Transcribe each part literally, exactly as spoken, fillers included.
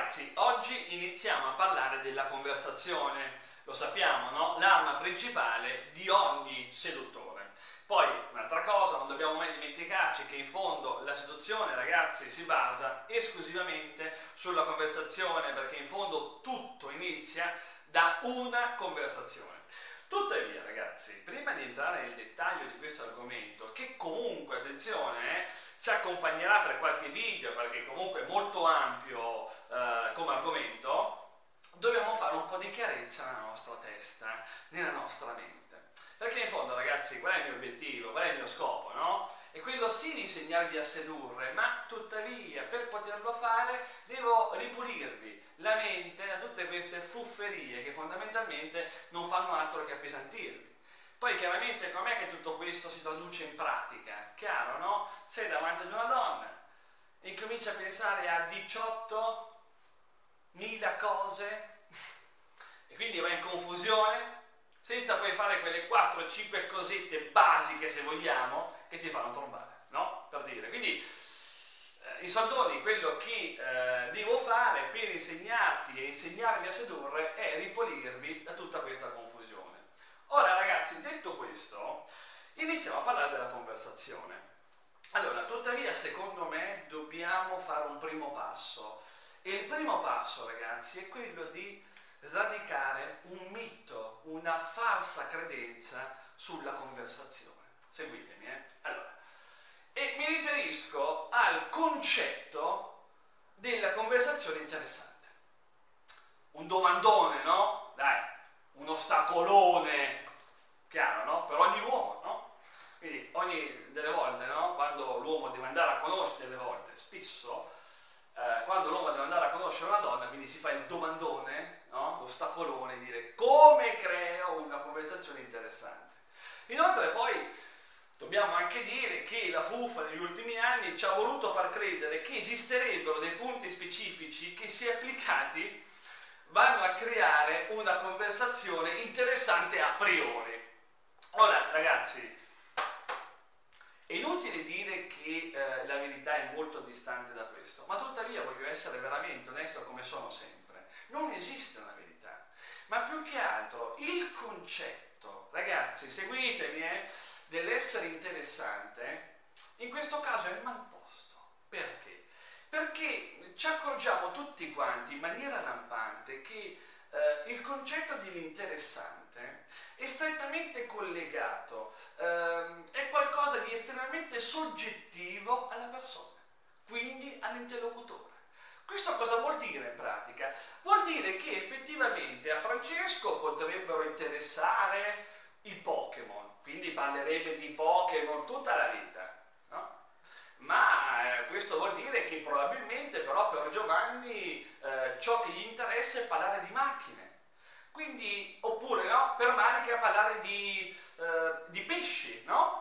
ragazzi, oggi iniziamo a parlare della conversazione, lo sappiamo, no? L'arma principale di ogni seduttore. Poi, un'altra cosa, non dobbiamo mai dimenticarci che in fondo la seduzione, ragazzi, si basa esclusivamente sulla conversazione, perché in fondo tutto inizia da una conversazione. Tuttavia, ragazzi, prima di entrare nel dettaglio di questo argomento, che comunque, attenzione, eh, ci accompagnerà per qualche video, perché comunque è molto ampio eh, come argomento, dobbiamo fare un po' di chiarezza nella nostra testa, nella nostra mente. Perché in fondo, ragazzi, qual è il mio obiettivo, qual è il mio scopo, no? È quello sì di insegnarvi a sedurre, ma tuttavia, per poterlo fare, devo ripulirvi la mente da tutte queste fufferie che fondamentalmente non fanno altro che appesantirvi. Poi chiaramente com'è che tutto questo si traduce in pratica? Chiaro, no? Sei davanti ad una donna e incominci a pensare a diciottomila cose e quindi vai in confusione, senza poi fare quelle quattro cinque cosette basiche, se vogliamo, che ti fanno trombare, no? Per dire. Quindi, eh, in soldoni, quello che eh, devo fare per insegnarti e insegnarvi a sedurre è ripulirvi da tutta questa confusione. Ora, ragazzi, detto questo, iniziamo a parlare della conversazione. Allora, tuttavia, secondo me, dobbiamo fare un primo passo. E il primo passo, ragazzi, è quello di sradicare un mito, una falsa credenza sulla conversazione. Seguitemi, eh? Allora, e mi riferisco al concetto della conversazione interessante. Un domandone, no? Dai, un ostacolone, chiaro, no? Per ogni uomo, no? Quindi ogni delle volte, no? Quando l'uomo deve andare a conoscere, delle volte, spesso, eh, quando l'uomo deve andare a conoscere una donna, quindi si fa il domandone, no? L'ostacolone, dire come creo una conversazione interessante. Inoltre poi dobbiamo anche dire che la fuffa negli ultimi anni ci ha voluto far credere che esisterebbero dei punti specifici che, se applicati, vanno a creare una conversazione interessante a priori. Ora, ragazzi, è inutile dire che eh, la verità è molto distante da questo, ma tuttavia voglio essere veramente onesto come sono sempre. Non esiste una verità, ma più che altro il concetto, ragazzi, seguitemi, eh, dell'essere interessante, in questo caso è mal posto. Perché? Perché ci accorgiamo tutti quanti in maniera lampante che eh, il concetto dell'interessante è strettamente collegato, eh, è qualcosa di estremamente soggettivo alla persona, quindi all'interlocutore. Questo cosa vuol dire in pratica? Vuol dire che effettivamente a Francesco potrebbero interessare i Pokémon, quindi parlerebbe di Pokémon tutta la vita, no? Ma eh, questo vuol dire che probabilmente però per Giovanni eh, ciò che gli interessa è parlare di macchine. Quindi, oppure no, per Manica parlare di, eh, di pesci, no?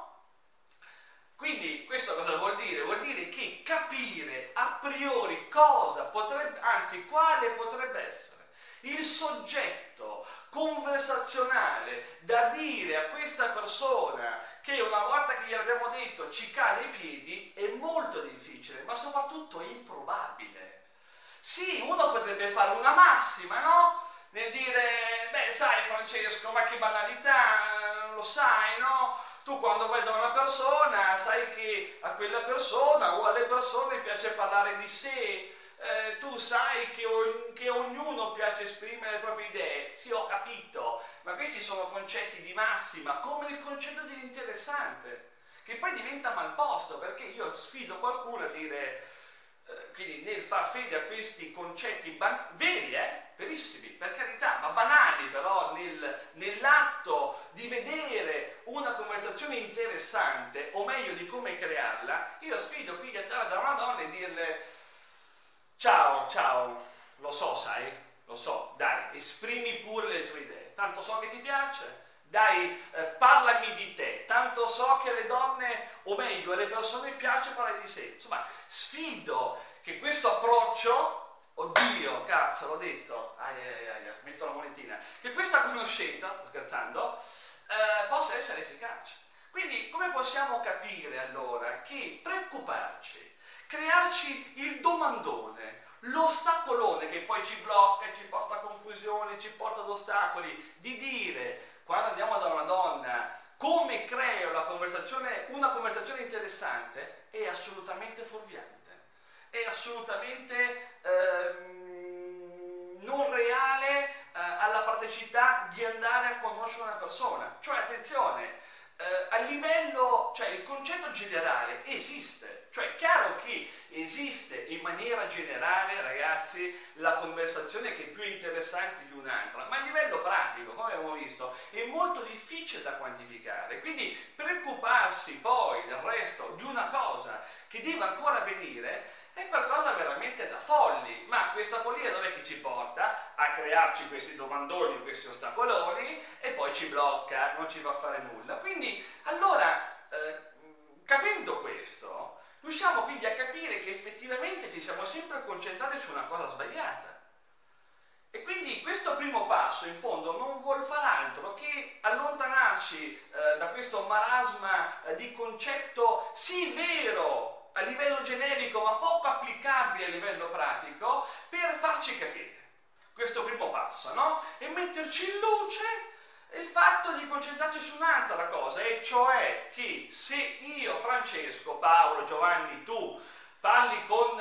Quindi questo cosa vuol dire? Vuol dire che capire a priori cosa potrebbe, anzi quale potrebbe essere il soggetto conversazionale da dire a questa persona che una volta che gliel'abbiamo detto ci cade ai piedi è molto difficile, ma soprattutto è improbabile. Sì, uno potrebbe fare una massima, no? Nel dire, beh, sai Francesco, ma che banalità, lo sai, no? Tu quando vai da una persona sai che a quella persona o alle persone piace parlare di sé, eh, tu sai che, o, che ognuno piace esprimere le proprie idee. Sì, ho capito, ma questi sono concetti di massima, come il concetto dell'interessante, che poi diventa malposto, perché io sfido qualcuno a dire, eh, quindi nel far fede a questi concetti ban- veri, eh, verissimi, per carità, ma banali però nel, nell'atto di vedere una conversazione interessante, o meglio di come crearla, io sfido qui di andare da una donna e dirle ciao, ciao, lo so, sai, lo so, dai, esprimi pure le tue idee, tanto so che ti piace, dai, eh, parlami di te, tanto so che alle donne, o meglio, alle persone piace parlare di sé. Insomma, sfido che questo approccio, oddio, cazzo, l'ho detto, ai, ai, ai, metto la monetina, che questa conoscenza, sto scherzando, eh, possa essere efficace. Quindi, come possiamo capire allora che preoccuparci, crearci il domandone, l'ostacolone che poi ci blocca, ci porta a confusione, ci porta ad ostacoli, di dire, quando andiamo da una donna, come creo la conversazione, una conversazione interessante, è assolutamente fuorviante, è assolutamente ehm, non reale eh, alla praticità di andare a conoscere una persona. Cioè, attenzione, eh, a livello, cioè il concetto generale esiste, cioè è chiaro che esiste in maniera generale, ragazzi, la conversazione che è più interessante di un'altra, ma a livello pratico, come abbiamo visto, è molto difficile da quantificare. Quindi preoccuparsi poi del resto di una cosa che deve ancora avvenire è qualcosa veramente da folli. Ma questa follia dov'è che ci porta? A crearci questi domandoni, questi ostacoloni, e poi ci blocca, non ci fa fare nulla. Quindi, allora, eh, capendo questo, riusciamo quindi a capire che effettivamente ci siamo sempre concentrati su una cosa sbagliata. E quindi questo primo passo, in fondo, non vuol far altro che allontanarci eh, da questo marasma eh, di concetto sì vero a livello generico, ma poco applicabile a livello pratico, per farci capire questo primo passo, no? E metterci in luce il fatto di concentrarci su un'altra cosa, e cioè che se io, Francesco, Paolo, Giovanni, tu parli con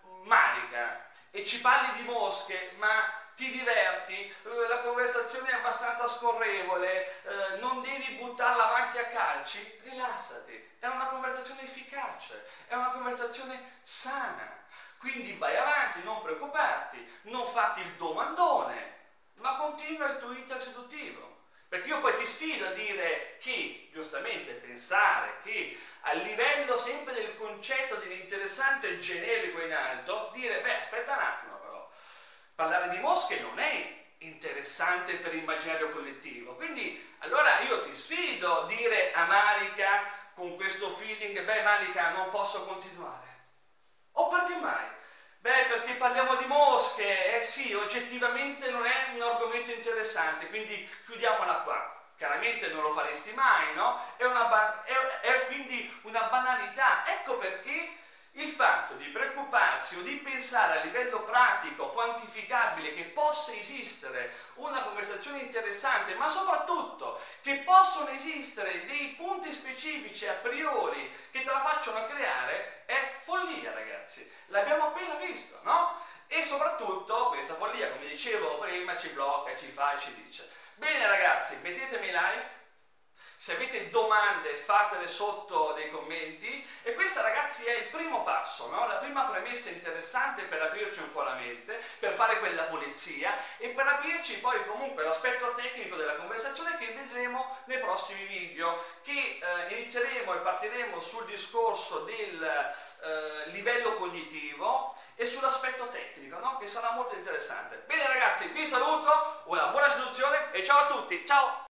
Marica e ci parli di mosche, ma ti diverti, la conversazione è abbastanza scorrevole, eh, non devi buttarla avanti a calci, rilassati, è una conversazione efficace, è una conversazione sana. Quindi vai avanti, non preoccuparti, non farti il domandone, ma continua il tuo iter seduttivo. Perché io poi ti sfido a dire che, giustamente, pensare che a livello sempre del concetto dell'interessante generico in alto, dire, beh, aspetta un attimo però, parlare di mosche non è interessante per l'immaginario collettivo. Quindi, allora io ti sfido a dire a Marica, con questo feeling, beh Marica, non posso continuare. O perché mai? Beh, perché parliamo di mosche, eh sì, oggettivamente non è un argomento interessante, quindi chiudiamola qua. Chiaramente non lo faresti mai, no? È, una è, è quindi una banalità. Ecco perché il fatto di preoccuparsi o di pensare a livello pratico, quantificabile, che possa esistere una conversazione interessante, ma soprattutto che possono esistere dei punti specifici a priori che te la facciano creare, è follia, ragazzi. L'abbiamo appena visto, no? E soprattutto questa follia, come dicevo prima, ci blocca, ci fa e ci dice. Bene, ragazzi, mettetemi like. Se avete domande fatele sotto nei commenti, e questo, ragazzi, è il primo passo, no? La prima premessa interessante per aprirci un po' la mente, per fare quella pulizia e per aprirci poi comunque l'aspetto tecnico della conversazione che vedremo nei prossimi video, che eh, inizieremo e partiremo sul discorso del eh, livello cognitivo e sull'aspetto tecnico, no? Che sarà molto interessante. Bene, ragazzi, vi saluto, una buona seduzione e ciao a tutti, ciao!